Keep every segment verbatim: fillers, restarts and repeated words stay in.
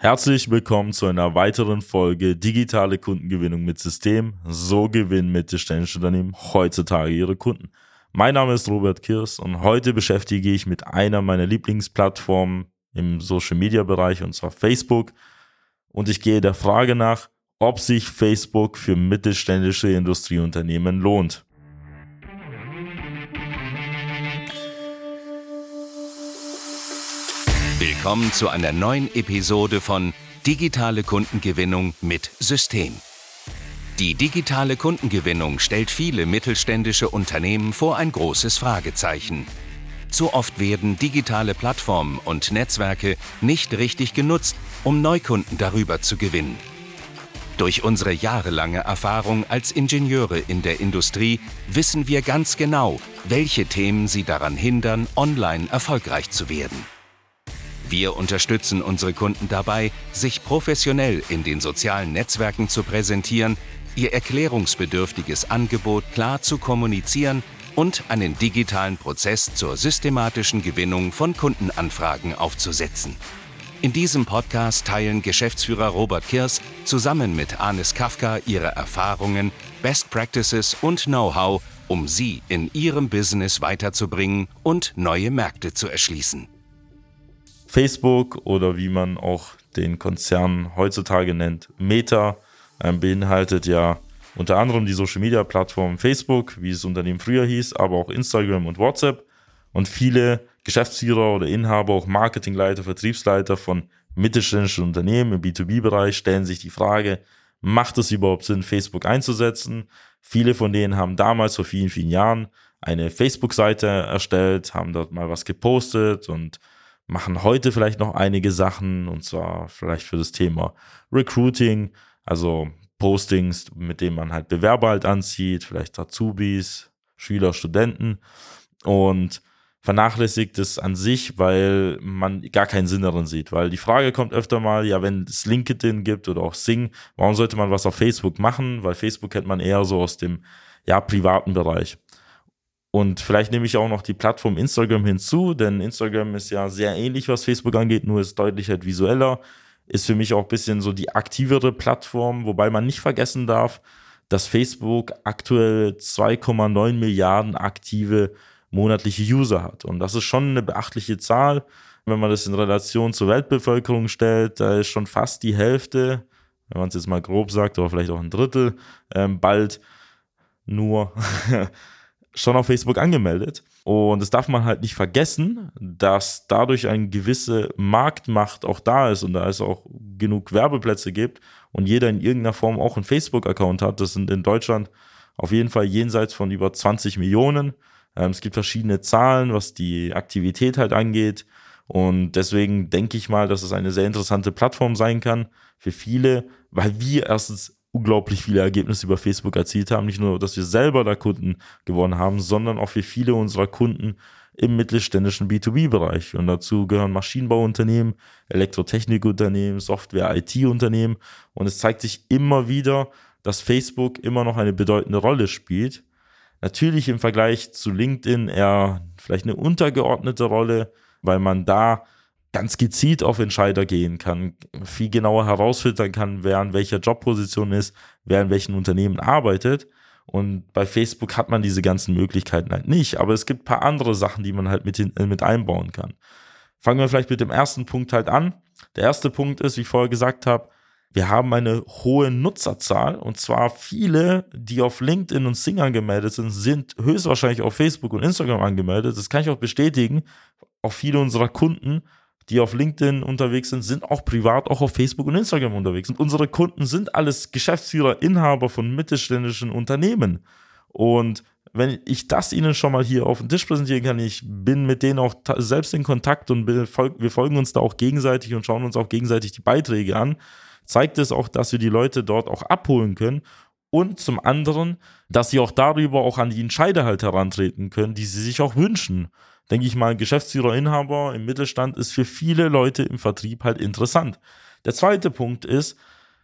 Herzlich willkommen zu einer weiteren Folge Digitale Kundengewinnung mit System. So gewinnen mittelständische Unternehmen heutzutage ihre Kunden. Mein Name ist Robert Kirs und heute beschäftige ich mich mit einer meiner Lieblingsplattformen im Social-Media-Bereich, und zwar Facebook. Und ich gehe der Frage nach, ob sich Facebook für mittelständische Industrieunternehmen lohnt. Willkommen zu einer neuen Episode von Digitale Kundengewinnung mit System. Die digitale Kundengewinnung stellt viele mittelständische Unternehmen vor ein großes Fragezeichen. Zu oft werden digitale Plattformen und Netzwerke nicht richtig genutzt, um Neukunden darüber zu gewinnen. Durch unsere jahrelange Erfahrung als Ingenieure in der Industrie wissen wir ganz genau, welche Themen sie daran hindern, online erfolgreich zu werden. Wir unterstützen unsere Kunden dabei, sich professionell in den sozialen Netzwerken zu präsentieren, ihr erklärungsbedürftiges Angebot klar zu kommunizieren und einen digitalen Prozess zur systematischen Gewinnung von Kundenanfragen aufzusetzen. In diesem Podcast teilen Geschäftsführer Robert Kirs zusammen mit Anis Kafka ihre Erfahrungen, Best Practices und Know-how, um sie in ihrem Business weiterzubringen und neue Märkte zu erschließen. Facebook oder wie man auch den Konzern heutzutage nennt, Meta, äh, beinhaltet ja unter anderem die Social-Media-Plattform Facebook, wie das Unternehmen früher hieß, aber auch Instagram und WhatsApp. Und viele Geschäftsführer oder Inhaber, auch Marketingleiter, Vertriebsleiter von mittelständischen Unternehmen im B zwei B-Bereich stellen sich die Frage, macht es überhaupt Sinn, Facebook einzusetzen? Viele von denen haben damals vor vielen, vielen Jahren eine Facebook-Seite erstellt, haben dort mal was gepostet und machen heute vielleicht noch einige Sachen, und zwar vielleicht für das Thema Recruiting, also Postings, mit denen man halt Bewerber halt anzieht, vielleicht Azubis, Schüler, Studenten, und vernachlässigt es an sich, weil man gar keinen Sinn darin sieht, weil die Frage kommt öfter mal, ja, wenn es LinkedIn gibt oder auch Xing, warum sollte man was auf Facebook machen, weil Facebook kennt man eher so aus dem, ja, privaten Bereich. Und vielleicht nehme ich auch noch die Plattform Instagram hinzu, denn Instagram ist ja sehr ähnlich, was Facebook angeht, nur ist deutlich halt visueller, ist für mich auch ein bisschen so die aktivere Plattform, wobei man nicht vergessen darf, dass Facebook aktuell zwei Komma neun Milliarden aktive monatliche User hat. Und das ist schon eine beachtliche Zahl, wenn man das in Relation zur Weltbevölkerung stellt, da ist schon fast die Hälfte, wenn man es jetzt mal grob sagt, oder vielleicht auch ein Drittel, ähm, bald nur schon auf Facebook angemeldet. Und das darf man halt nicht vergessen, dass dadurch eine gewisse Marktmacht auch da ist und da es auch genug Werbeplätze gibt und jeder in irgendeiner Form auch einen Facebook-Account hat. Das sind in Deutschland auf jeden Fall jenseits von über zwanzig Millionen. Ähm, es gibt verschiedene Zahlen, was die Aktivität halt angeht. Und deswegen denke ich mal, dass es eine sehr interessante Plattform sein kann für viele, weil wir erstens unglaublich viele Ergebnisse über Facebook erzielt haben. Nicht nur, dass wir selber da Kunden gewonnen haben, sondern auch für viele unserer Kunden im mittelständischen B zwei B-Bereich. Und dazu gehören Maschinenbauunternehmen, Elektrotechnikunternehmen, Software-I T-Unternehmen. Und es zeigt sich immer wieder, dass Facebook immer noch eine bedeutende Rolle spielt. Natürlich im Vergleich zu LinkedIn eher vielleicht eine untergeordnete Rolle, weil man da ganz gezielt auf Entscheider gehen kann, viel genauer herausfiltern kann, wer in welcher Jobposition ist, wer in welchen Unternehmen arbeitet. Und bei Facebook hat man diese ganzen Möglichkeiten halt nicht. Aber es gibt ein paar andere Sachen, die man halt mit, mit einbauen kann. Fangen wir vielleicht mit dem ersten Punkt halt an. Der erste Punkt ist, wie ich vorher gesagt habe, wir haben eine hohe Nutzerzahl, und zwar viele, die auf LinkedIn und Xing angemeldet sind, sind höchstwahrscheinlich auf Facebook und Instagram angemeldet. Das kann ich auch bestätigen. Auch viele unserer Kunden, die auf LinkedIn unterwegs sind, sind auch privat auch auf Facebook und Instagram unterwegs. Und unsere Kunden sind alles Geschäftsführer, Inhaber von mittelständischen Unternehmen. Und wenn ich das Ihnen schon mal hier auf den Tisch präsentieren kann, ich bin mit denen auch ta- selbst in Kontakt und wir folgen uns da auch gegenseitig und schauen uns auch gegenseitig die Beiträge an, zeigt es auch, dass wir die Leute dort auch abholen können. Und zum anderen, dass sie auch darüber auch an die Entscheider halt herantreten können, die sie sich auch wünschen. Denke ich mal, Geschäftsführer, Inhaber im Mittelstand ist für viele Leute im Vertrieb halt interessant. Der zweite Punkt ist,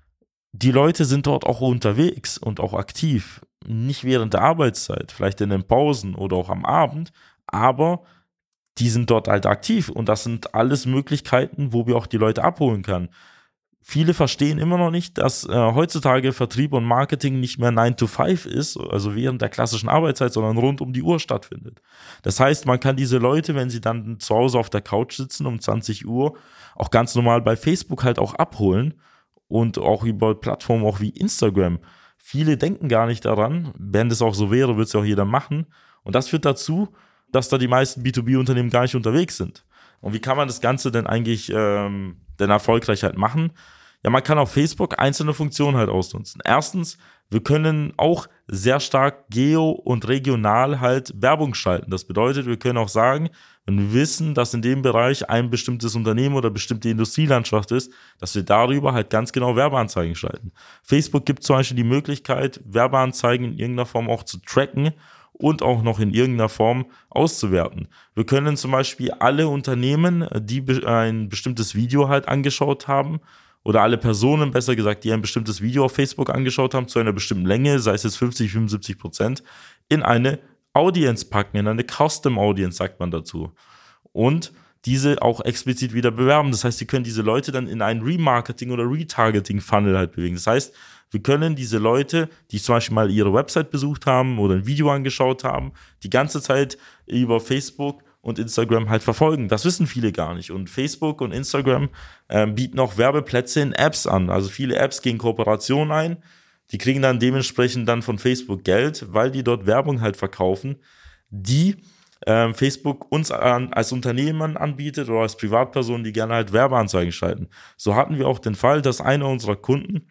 die Leute sind dort auch unterwegs und auch aktiv. Nicht während der Arbeitszeit, vielleicht in den Pausen oder auch am Abend, aber die sind dort halt aktiv und das sind alles Möglichkeiten, wo wir auch die Leute abholen können. viele verstehen immer noch nicht, dass äh, heutzutage Vertrieb und Marketing nicht mehr nine to five ist, also während der klassischen Arbeitszeit, sondern rund um die Uhr stattfindet. Das heißt, man kann diese Leute, wenn sie dann zu Hause auf der Couch sitzen um zwanzig Uhr, auch ganz normal bei Facebook halt auch abholen und auch über Plattformen auch wie Instagram. Viele denken gar nicht daran, wenn das auch so wäre, würde es ja auch jeder machen. Und das führt dazu, dass da die meisten B zwei B-Unternehmen gar nicht unterwegs sind. Und wie kann man das Ganze denn eigentlich ähm, denn erfolgreich halt machen? Ja, man kann auf Facebook einzelne Funktionen halt ausnutzen. Erstens, wir können auch sehr stark geo- und regional halt Werbung schalten. Das bedeutet, wir können auch sagen, wenn wir wissen, dass in dem Bereich ein bestimmtes Unternehmen oder bestimmte Industrielandschaft ist, dass wir darüber halt ganz genau Werbeanzeigen schalten. Facebook gibt zum Beispiel die Möglichkeit, Werbeanzeigen in irgendeiner Form auch zu tracken und auch noch in irgendeiner Form auszuwerten. Wir können zum Beispiel alle Unternehmen, die ein bestimmtes Video halt angeschaut haben, oder alle Personen, besser gesagt, die ein bestimmtes Video auf Facebook angeschaut haben, zu einer bestimmten Länge, sei es jetzt fünfzig, fünfundsiebzig Prozent, in eine Audience packen, in eine Custom Audience, sagt man dazu. Und diese auch explizit wieder bewerben. Das heißt, Sie können diese Leute dann in einen Remarketing- oder Retargeting-Funnel halt bewegen. Das heißt, wir können diese Leute, die zum Beispiel mal ihre Website besucht haben oder ein Video angeschaut haben, die ganze Zeit über Facebook und Instagram halt verfolgen. Das wissen viele gar nicht. Und Facebook und Instagram äh, bieten auch Werbeplätze in Apps an. Also viele Apps gehen Kooperationen ein. Die kriegen dann dementsprechend dann von Facebook Geld, weil die dort Werbung halt verkaufen, die äh, Facebook uns an, als Unternehmen anbietet oder als Privatpersonen, die gerne halt Werbeanzeigen schalten. So hatten wir auch den Fall, dass einer unserer Kunden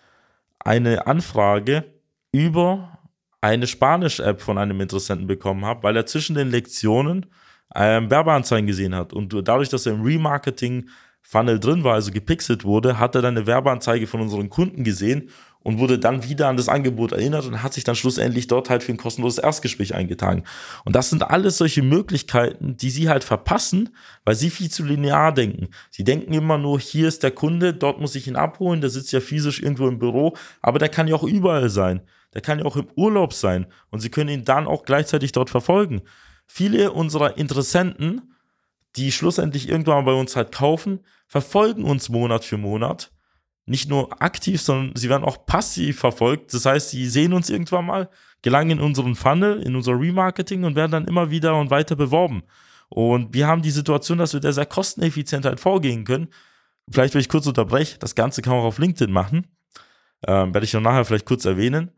eine Anfrage über eine Spanisch-App von einem Interessenten bekommen hat, weil er zwischen den Lektionen ähm, Werbeanzeigen gesehen hat. Und dadurch, dass er im Remarketing-Funnel drin war, also gepixelt wurde, hat er dann eine Werbeanzeige von unseren Kunden gesehen und wurde dann wieder an das Angebot erinnert und hat sich dann schlussendlich dort halt für ein kostenloses Erstgespräch eingetragen. Und das sind alles solche Möglichkeiten, die sie halt verpassen, weil sie viel zu linear denken. Sie denken immer nur, hier ist der Kunde, dort muss ich ihn abholen, der sitzt ja physisch irgendwo im Büro, aber der kann ja auch überall sein. Der kann ja auch im Urlaub sein und sie können ihn dann auch gleichzeitig dort verfolgen. Viele unserer Interessenten, die schlussendlich irgendwann bei uns halt kaufen, verfolgen uns Monat für Monat. Nicht nur aktiv, sondern sie werden auch passiv verfolgt. Das heißt, sie sehen uns irgendwann mal, gelangen in unseren Funnel, in unser Remarketing und werden dann immer wieder und weiter beworben. Und wir haben die Situation, dass wir da sehr kosteneffizient halt vorgehen können. Vielleicht, wenn ich kurz unterbreche, das Ganze kann man auch auf LinkedIn machen. Ähm, werde ich noch nachher vielleicht kurz erwähnen.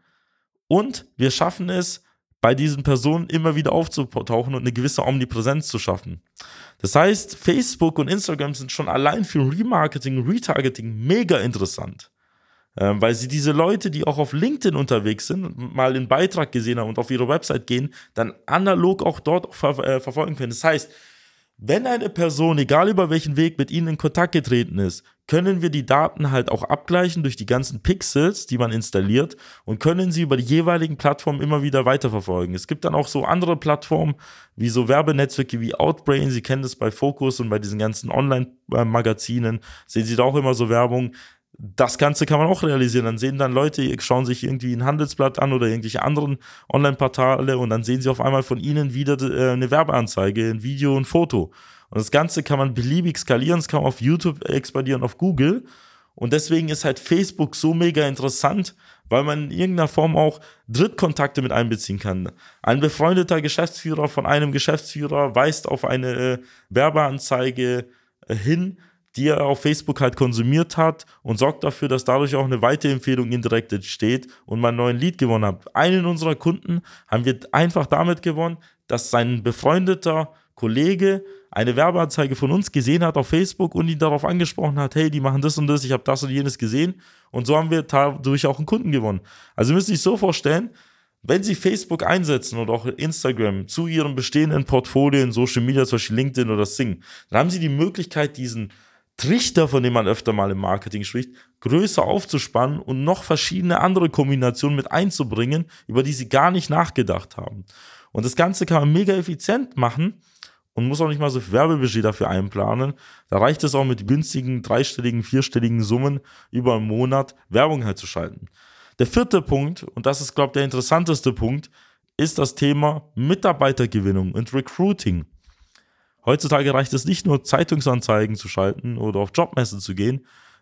Und wir schaffen es, bei diesen Personen immer wieder aufzutauchen und eine gewisse Omnipräsenz zu schaffen. Das heißt, Facebook und Instagram sind schon allein für Remarketing und Retargeting mega interessant. Ähm, weil sie diese Leute, die auch auf LinkedIn unterwegs sind und mal einen Beitrag gesehen haben und auf ihre Website gehen, dann analog auch dort auch ver- äh, verfolgen können. Das heißt, wenn eine Person, egal über welchen Weg, mit ihnen in Kontakt getreten ist, können wir die Daten halt auch abgleichen durch die ganzen Pixels, die man installiert und können sie über die jeweiligen Plattformen immer wieder weiterverfolgen. Es gibt dann auch so andere Plattformen, wie so Werbenetzwerke wie Outbrain, Sie kennen das bei Focus und bei diesen ganzen Online-Magazinen, sehen Sie da auch immer so Werbung. Das Ganze kann man auch realisieren. Dann sehen dann Leute, schauen sich irgendwie ein Handelsblatt an oder irgendwelche anderen Online-Portale und dann sehen sie auf einmal von ihnen wieder äh, eine Werbeanzeige, ein Video, ein Foto. Und das Ganze kann man beliebig skalieren, das kann man auf YouTube expandieren, auf Google. Und deswegen ist halt Facebook so mega interessant, weil man in irgendeiner Form auch Drittkontakte mit einbeziehen kann. Ein befreundeter Geschäftsführer von einem Geschäftsführer weist auf eine äh, Werbeanzeige äh, hin, die er auf Facebook halt konsumiert hat und sorgt dafür, dass dadurch auch eine Weiterempfehlung indirekt entsteht und man einen neuen Lead gewonnen hat. Einen unserer Kunden haben wir einfach damit gewonnen, dass sein befreundeter Kollege eine Werbeanzeige von uns gesehen hat auf Facebook und ihn darauf angesprochen hat, hey, die machen das und das, ich habe das und jenes gesehen und so haben wir dadurch auch einen Kunden gewonnen. Also Sie müssen sich so vorstellen, wenn Sie Facebook einsetzen oder auch Instagram zu Ihrem bestehenden Portfolio in Social Media, zum Beispiel LinkedIn oder Xing, dann haben Sie die Möglichkeit, diesen Trichter, von dem man öfter mal im Marketing spricht, größer aufzuspannen und noch verschiedene andere Kombinationen mit einzubringen, über die Sie gar nicht nachgedacht haben. Und das Ganze kann man mega effizient machen und muss auch nicht mal so viel Werbebudget dafür einplanen. Da reicht es auch mit günstigen, dreistelligen, vierstelligen Summen über einen Monat Werbung halt zu schalten. Der vierte Punkt, und das ist, glaube ich, der interessanteste Punkt, ist das Thema Mitarbeitergewinnung und Recruiting. Heutzutage reicht es nicht nur, Zeitungsanzeigen zu schalten oder auf Jobmessen zu gehen.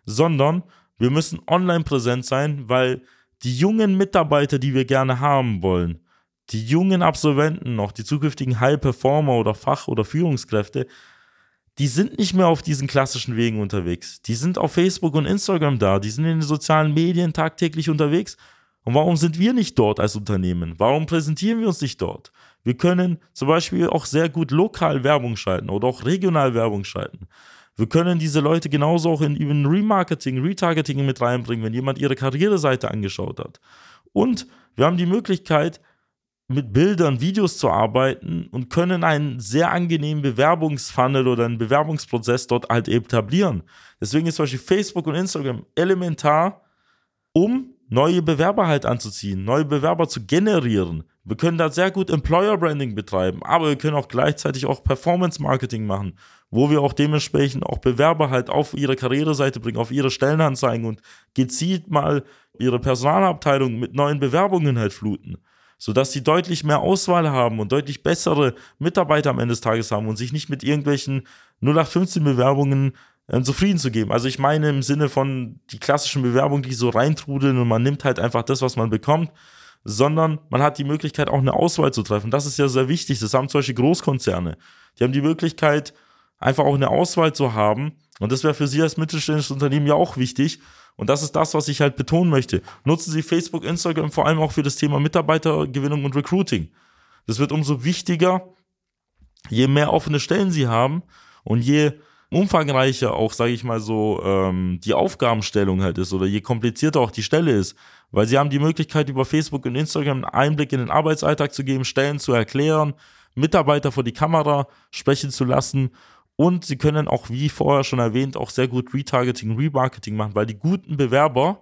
sondern wir müssen online präsent sein, weil die jungen Mitarbeiter, die wir gerne haben wollen, die jungen Absolventen, auch die zukünftigen High-Performer oder Fach- oder Führungskräfte, die sind nicht mehr auf diesen klassischen Wegen unterwegs. Die sind auf Facebook und Instagram da, die sind in den sozialen Medien tagtäglich unterwegs. Und warum sind wir nicht dort als Unternehmen? Warum präsentieren wir uns nicht dort? Wir können zum Beispiel auch sehr gut lokal Werbung schalten oder auch regional Werbung schalten. Wir können diese Leute genauso auch in, in Remarketing, Retargeting mit reinbringen, wenn jemand ihre Karriereseite angeschaut hat. Und wir haben die Möglichkeit, mit Bildern, Videos zu arbeiten und können einen sehr angenehmen Bewerbungsfunnel oder einen Bewerbungsprozess dort halt etablieren. Deswegen ist zum Beispiel Facebook und Instagram elementar, um neue Bewerber halt anzuziehen, neue Bewerber zu generieren. Wir können da sehr gut Employer Branding betreiben, aber wir können auch gleichzeitig auch Performance Marketing machen, wo wir auch dementsprechend auch Bewerber halt auf ihre Karriereseite bringen, auf ihre Stellenanzeigen und gezielt mal ihre Personalabteilung mit neuen Bewerbungen halt fluten, sodass sie deutlich mehr Auswahl haben und deutlich bessere Mitarbeiter am Ende des Tages haben und sich nicht mit irgendwelchen null acht fünfzehn Bewerbungen äh, zufrieden zu geben. Also ich meine im Sinne von die klassischen Bewerbungen, die so reintrudeln und man nimmt halt einfach das, was man bekommt, sondern man hat die Möglichkeit, auch eine Auswahl zu treffen. Das ist ja sehr wichtig. Das haben zum Beispiel Großkonzerne. Die haben die Möglichkeit, einfach auch eine Auswahl zu haben. Und das wäre für Sie als mittelständisches Unternehmen ja auch wichtig. Und das ist das, was ich halt betonen möchte. Nutzen Sie Facebook, Instagram vor allem auch für das Thema Mitarbeitergewinnung und Recruiting. Das wird umso wichtiger, je mehr offene Stellen Sie haben und je umfangreicher auch, sage ich mal so, ähm, die Aufgabenstellung halt ist oder je komplizierter auch die Stelle ist. Weil Sie haben die Möglichkeit, über Facebook und Instagram einen Einblick in den Arbeitsalltag zu geben, Stellen zu erklären, Mitarbeiter vor die Kamera sprechen zu lassen. Und Sie können auch, wie vorher schon erwähnt, auch sehr gut Retargeting, Remarketing machen, weil die guten Bewerber,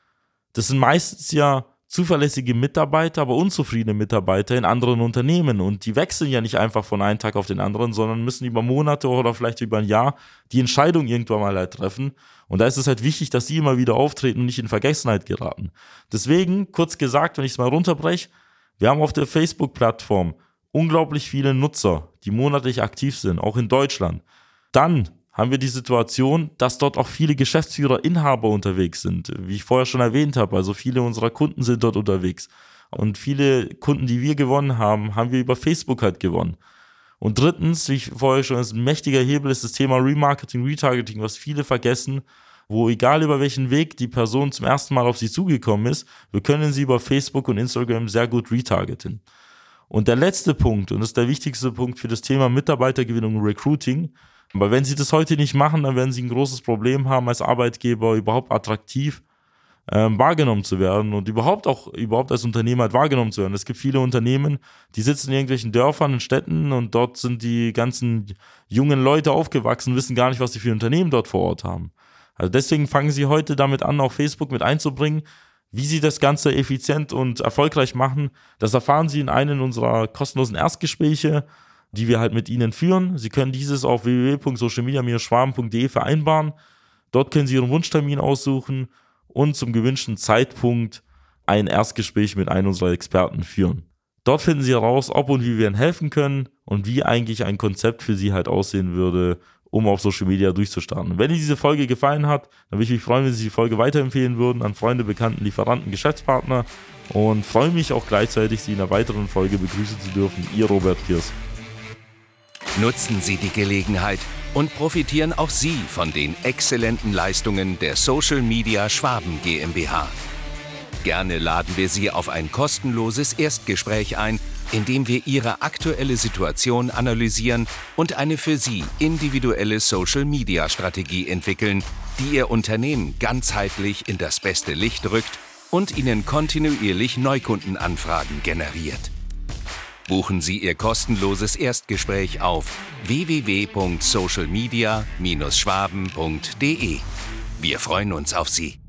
das sind meistens ja zuverlässige Mitarbeiter, aber unzufriedene Mitarbeiter in anderen Unternehmen. Und die wechseln ja nicht einfach von einem Tag auf den anderen, sondern müssen über Monate oder vielleicht über ein Jahr die Entscheidung irgendwann mal halt treffen. Und da ist es halt wichtig, dass sie immer wieder auftreten und nicht in Vergessenheit geraten. Deswegen, kurz gesagt, wenn ich es mal runterbreche, wir haben auf der Facebook-Plattform unglaublich viele Nutzer, die monatlich aktiv sind, auch in Deutschland. Dann haben wir die Situation, dass dort auch viele Geschäftsführer, Inhaber unterwegs sind, wie ich vorher schon erwähnt habe. Also viele unserer Kunden sind dort unterwegs. Und viele Kunden, die wir gewonnen haben, haben wir über Facebook halt gewonnen. Und drittens, wie ich vorher schon, ist ein mächtiger Hebel, ist das Thema Remarketing, Retargeting, was viele vergessen, wo egal über welchen Weg die Person zum ersten Mal auf sie zugekommen ist, wir können sie über Facebook und Instagram sehr gut retargeten. Und der letzte Punkt, und das ist der wichtigste Punkt für das Thema Mitarbeitergewinnung und Recruiting, aber wenn Sie das heute nicht machen, dann werden Sie ein großes Problem haben, als Arbeitgeber überhaupt attraktiv ähm, wahrgenommen zu werden und überhaupt auch überhaupt als Unternehmer halt wahrgenommen zu werden. Es gibt viele Unternehmen, die sitzen in irgendwelchen Dörfern, in Städten und dort sind die ganzen jungen Leute aufgewachsen, wissen gar nicht, was sie für Unternehmen dort vor Ort haben. Also deswegen fangen Sie heute damit an, auch Facebook mit einzubringen. Wie Sie das Ganze effizient und erfolgreich machen, das erfahren Sie in einem unserer kostenlosen Erstgespräche, die wir halt mit Ihnen führen. Sie können dieses auf w w w punkt social media dash schwaben punkt d e vereinbaren. Dort können Sie Ihren Wunschtermin aussuchen und zum gewünschten Zeitpunkt ein Erstgespräch mit einem unserer Experten führen. Dort finden Sie heraus, ob und wie wir Ihnen helfen können und wie eigentlich ein Konzept für Sie halt aussehen würde, um auf Social Media durchzustarten. Wenn Ihnen diese Folge gefallen hat, dann würde ich mich freuen, wenn Sie die Folge weiterempfehlen würden an Freunde, Bekannten, Lieferanten, Geschäftspartner und freue mich auch gleichzeitig, Sie in einer weiteren Folge begrüßen zu dürfen. Ihr Robert Kirs. Nutzen Sie die Gelegenheit und profitieren auch Sie von den exzellenten Leistungen der Social Media Schwaben GmbH. Gerne laden wir Sie auf ein kostenloses Erstgespräch ein, in dem wir Ihre aktuelle Situation analysieren und eine für Sie individuelle Social Media Strategie entwickeln, die Ihr Unternehmen ganzheitlich in das beste Licht rückt und Ihnen kontinuierlich Neukundenanfragen generiert. Buchen Sie Ihr kostenloses Erstgespräch auf w w w punkt social media dash schwaben punkt d e. Wir freuen uns auf Sie.